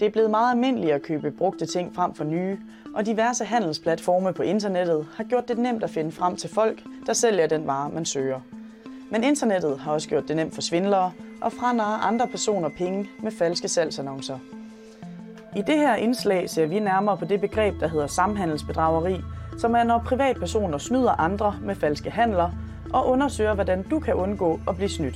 Det er blevet meget almindeligt at købe brugte ting frem for nye, og diverse handelsplatforme på internettet har gjort det nemt at finde frem til folk, der sælger den vare, man søger. Men internettet har også gjort det nemt for svindlere og franarre andre personer penge med falske salgsannoncer. I det her indslag ser vi nærmere på det begreb, der hedder samhandelsbedrageri, som er, når privatpersoner snyder andre med falske handler og undersøger, hvordan du kan undgå at blive snydt.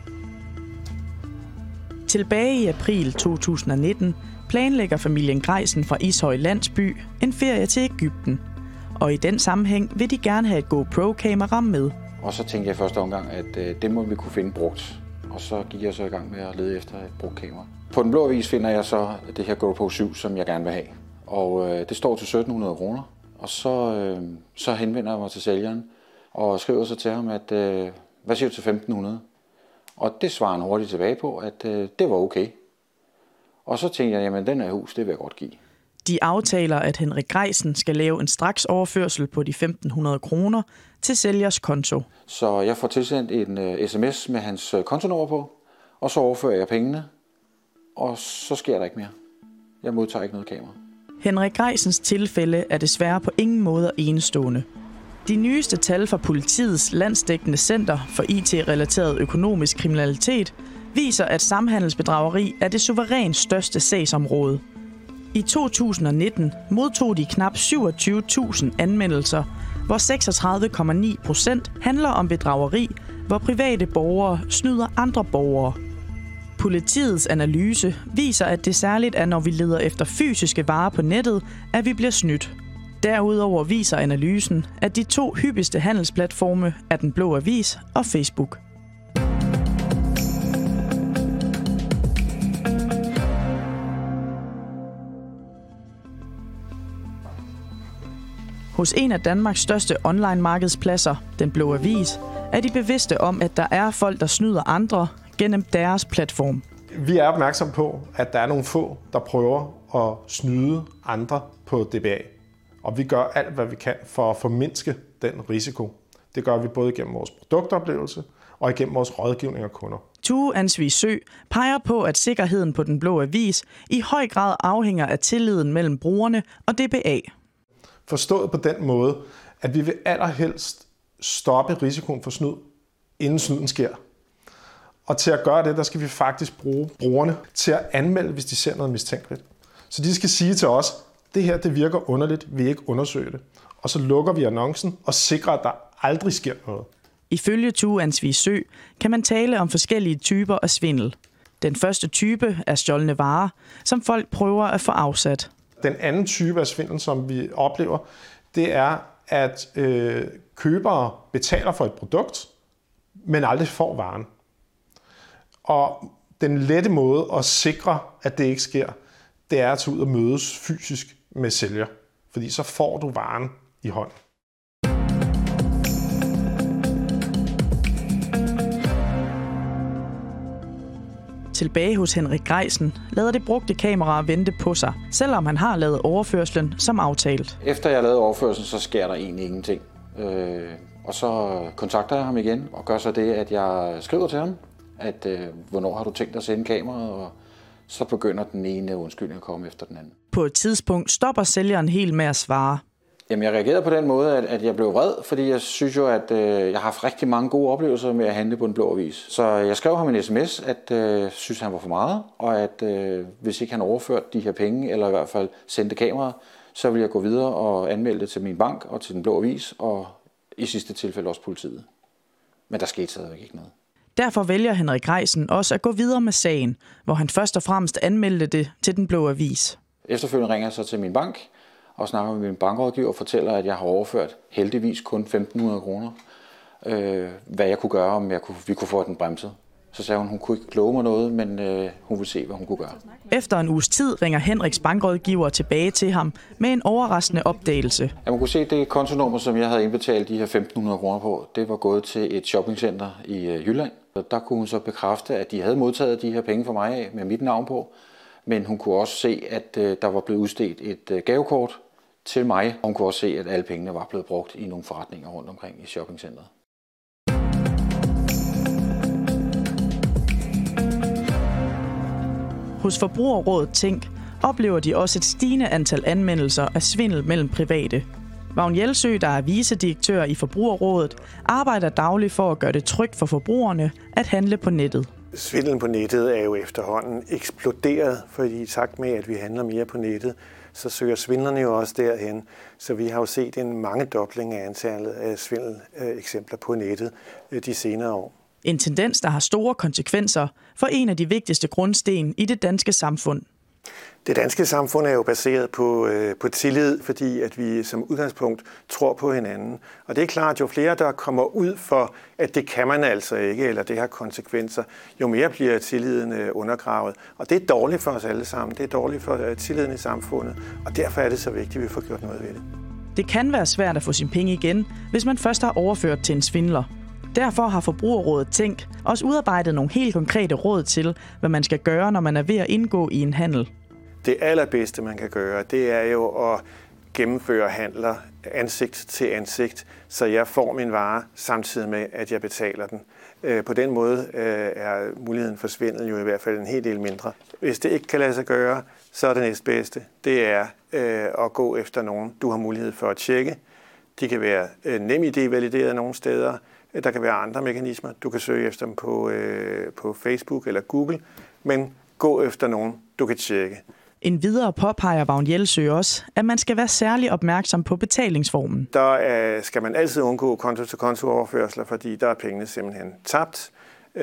Tilbage i april 2019 planlægger familien Greisen fra Ishøj Landsby en ferie til Egypten. Og i den sammenhæng vil de gerne have et GoPro-kamera med. Og så tænkte jeg i første omgang, at det må vi kunne finde brugt. Og så gik jeg så i gang med at lede efter et brugt kamera. På Den Blå Avis finder jeg så det her GoPro 7, som jeg gerne vil have. Og det står til 1.700 kroner. Og så henvender jeg mig til sælgeren og skriver så til ham, at hvad siger du til 1.500? Og det svarer han hurtigt tilbage på, at det var okay. Og så tænkte jeg, jamen den her hus, det vil jeg godt give. De aftaler, at Henrik Greisen skal lave en straksoverførsel på de 1.500 kroner til sælgers konto. Så jeg får tilsendt en sms med hans kontonummer på, og så overfører jeg pengene, og så sker der ikke mere. Jeg modtager ikke noget kamera. Henrik Greisens tilfælde er desværre på ingen måde enestående. De nyeste tal fra politiets landsdækkende center for IT-relateret økonomisk kriminalitet viser, at samhandelsbedrageri er det suverænt største sagsområde. I 2019 modtog de knap 27.000 anmeldelser, hvor 36,9% handler om bedrageri, hvor private borgere snyder andre borgere. Politiets analyse viser, at det særligt er, når vi leder efter fysiske varer på nettet, at vi bliver snydt. Derudover viser analysen, at de 2 hyppigste handelsplatforme er Den Blå Avis og Facebook. Hos en af Danmarks største online-markedspladser, Den Blå Avis, er de bevidste om, at der er folk, der snyder andre gennem deres platform. Vi er opmærksom på, at der er nogle få, der prøver at snyde andre på DBA. Og vi gør alt, hvad vi kan for at formindske den risiko. Det gør vi både gennem vores produktoplevelse og igennem vores rådgivning af kunder. Tue Ansvig Sø peger på, at sikkerheden på Den Blå Avis i høj grad afhænger af tilliden mellem brugerne og DBA. Forstået på den måde, at vi vil allerhelst stoppe risikoen for snyd, inden snyden sker. Og til at gøre det, der skal vi faktisk bruge brugerne til at anmelde, hvis de ser noget mistænkeligt. Så de skal sige til os, det her det virker underligt, vi ikke undersøge det. Og så lukker vi annoncen og sikrer, at der aldrig sker noget. Ifølge Tue Ansvig Sø kan man tale om forskellige typer af svindel. Den første type er stjålne varer, som folk prøver at få afsat. Den anden type af svindel, som vi oplever, det er, at købere betaler for et produkt, men aldrig får varen. Og den lette måde at sikre, at det ikke sker, det er at tage ud og mødes fysisk med sælger. Fordi så får du varen i hånden. Tilbage hos Henrik Greisen lader det brugte kamera vente på sig, selvom han har lavet overførslen som aftalt. Efter jeg lavede overførslen, så sker der egentlig ingenting. Og så kontakter jeg ham igen og gør så det, at jeg skriver til ham, at hvornår har du tænkt at sende kameraet, og så begynder den ene undskyldning at komme efter den anden. På et tidspunkt stopper sælgeren helt med at svare. Jamen, jeg reagerede på den måde, at jeg blev vred, fordi jeg synes jo, at jeg har haft rigtig mange gode oplevelser med at handle på Den Blå Avis. Så jeg skrev ham en sms, at synes han var for meget, og at hvis ikke han overførte de her penge, eller i hvert fald sendte kameraet, så ville jeg gå videre og anmelde det til min bank og til Den Blå Avis, og i sidste tilfælde også politiet. Men der skete stadigvæk ikke noget. Derfor vælger Henrik Greisen også at gå videre med sagen, hvor han først og fremmest anmeldte det til Den Blå Avis. Efterfølgende ringer jeg så til min bank og snakker med min bankrådgiver og fortæller, at jeg har overført heldigvis kun 1.500 kroner. Hvad jeg kunne gøre, om vi kunne få den bremset. Så sagde hun kunne ikke love mig noget, men hun ville se, hvad hun kunne gøre. Efter en uges tid ringer Henriks bankrådgiver tilbage til ham med en overraskende opdagelse. Jeg kunne se, at det kontonummer, som jeg havde indbetalt de her 1.500 kroner på, det var gået til et shoppingcenter i Jylland. Der kunne hun så bekræfte, at de havde modtaget de her penge fra mig med mit navn på. Men hun kunne også se, at der var blevet udstedt et gavekort til mig. Hun kunne også se, at alle pengene var blevet brugt i nogle forretninger rundt omkring i shoppingcenteret. Hos Forbrugerrådet Tænk oplever de også et stigende antal anmeldelser af svindel mellem private. Vagn Jelsø, der er vicedirektør i Forbrugerrådet, arbejder dagligt for at gøre det trygt for forbrugerne at handle på nettet. Svindelen på nettet er jo efterhånden eksploderet, fordi i takt med, at vi handler mere på nettet, så søger svindlerne jo også derhen. Så vi har jo set en mangedobling af antallet af svindeleksempler på nettet de senere år. En tendens, der har store konsekvenser for en af de vigtigste grundsten i det danske samfund. Det danske samfund er jo baseret på tillid, fordi at vi som udgangspunkt tror på hinanden. Og det er klart, at jo flere der kommer ud for, at det kan man altså ikke, eller det har konsekvenser, jo mere bliver tilliden undergravet. Og det er dårligt for os alle sammen. Det er dårligt for tilliden i samfundet. Og derfor er det så vigtigt, at vi får gjort noget ved det. Det kan være svært at få sine penge igen, hvis man først har overført til en svindler. Derfor har Forbrugerrådet Tænk også udarbejdet nogle helt konkrete råd til, hvad man skal gøre, når man er ved at indgå i en handel. Det allerbedste, man kan gøre, det er jo at gennemføre handler ansigt til ansigt, så jeg får min vare samtidig med, at jeg betaler den. På den måde er muligheden for svindel jo i hvert fald en hel del mindre. Hvis det ikke kan lade sig gøre, så er det næstbedste. Det er at gå efter nogen, du har mulighed for at tjekke. De kan være NemID-valideret nogle steder. Der kan være andre mekanismer. Du kan søge efter dem på Facebook eller Google, men gå efter nogen, du kan tjekke. En videre påpeger Vagn Jelsø også, at man skal være særlig opmærksom på betalingsformen. Der skal man altid undgå konto-til-konto-overførsler, fordi der er pengene simpelthen tabt.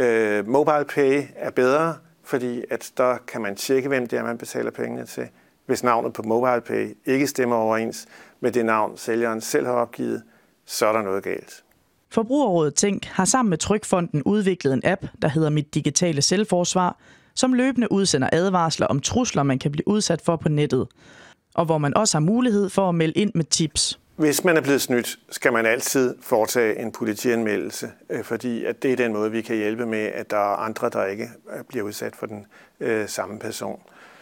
MobilePay er bedre, fordi at der kan man tjekke, hvem det er, man betaler pengene til. Hvis navnet på MobilePay ikke stemmer overens med det navn, sælgeren selv har opgivet, så er der noget galt. Forbrugerrådet Tænk har sammen med Trygfonden udviklet en app, der hedder Mit Digitale Selvforsvar, som løbende udsender advarsler om trusler, man kan blive udsat for på nettet, og hvor man også har mulighed for at melde ind med tips. Hvis man er blevet snydt, skal man altid foretage en politianmeldelse, fordi at det er den måde, vi kan hjælpe med, at der er andre, der ikke bliver udsat for den samme person.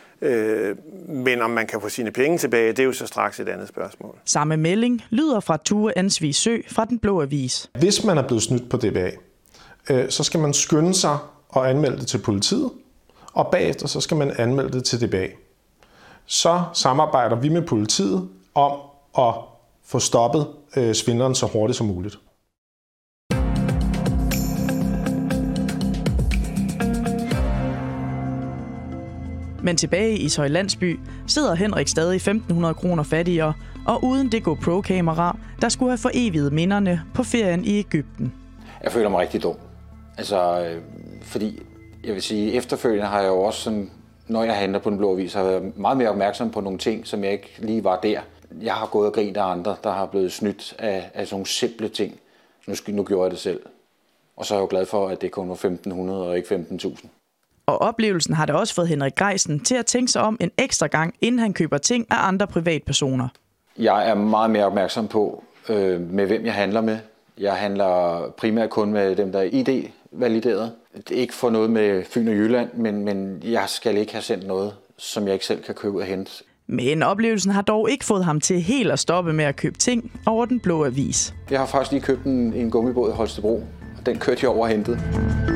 Men om man kan få sine penge tilbage, det er jo så straks et andet spørgsmål. Samme melding lyder fra Tue Ansvig Sø fra Den Blå Avis. Hvis man er blevet snydt på DBA, så skal man skynde sig og anmelde det til politiet, og bagefter så skal man anmelde det til DBA. Så samarbejder vi med politiet om at få stoppet svindleren så hurtigt som muligt. Men tilbage i Ishøj Landsby sidder Henrik stadig 1.500 kroner fattigere, og uden det GoPro-kamera, der skulle have foreviget minderne på ferien i Egypten. Jeg føler mig rigtig dum. Altså, fordi jeg vil sige, efterfølgende har jeg jo også sådan, når jeg handler på Den Blå Avis, har jeg været meget mere opmærksom på nogle ting, som jeg ikke lige var der. Jeg har gået og grint af andre, der har blevet snydt af sådan nogle simple ting. Nu gjorde jeg det selv. Og så er jeg jo glad for, at det kun var 1.500 og ikke 15.000. Og oplevelsen har da også fået Henrik Greisen til at tænke sig om en ekstra gang, inden han køber ting af andre privatpersoner. Jeg er meget mere opmærksom på, med hvem jeg handler med. Jeg handler primært kun med dem, der er ID-valideret. Det er ikke for noget med Fyn og Jylland, men jeg skal ikke have sendt noget, som jeg ikke selv kan købe og hente. Men oplevelsen har dog ikke fået ham til helt at stoppe med at købe ting over Den Blå Avis. Jeg har faktisk lige købt en gummibåd i Holstebro, og den kørte jeg over og hentede.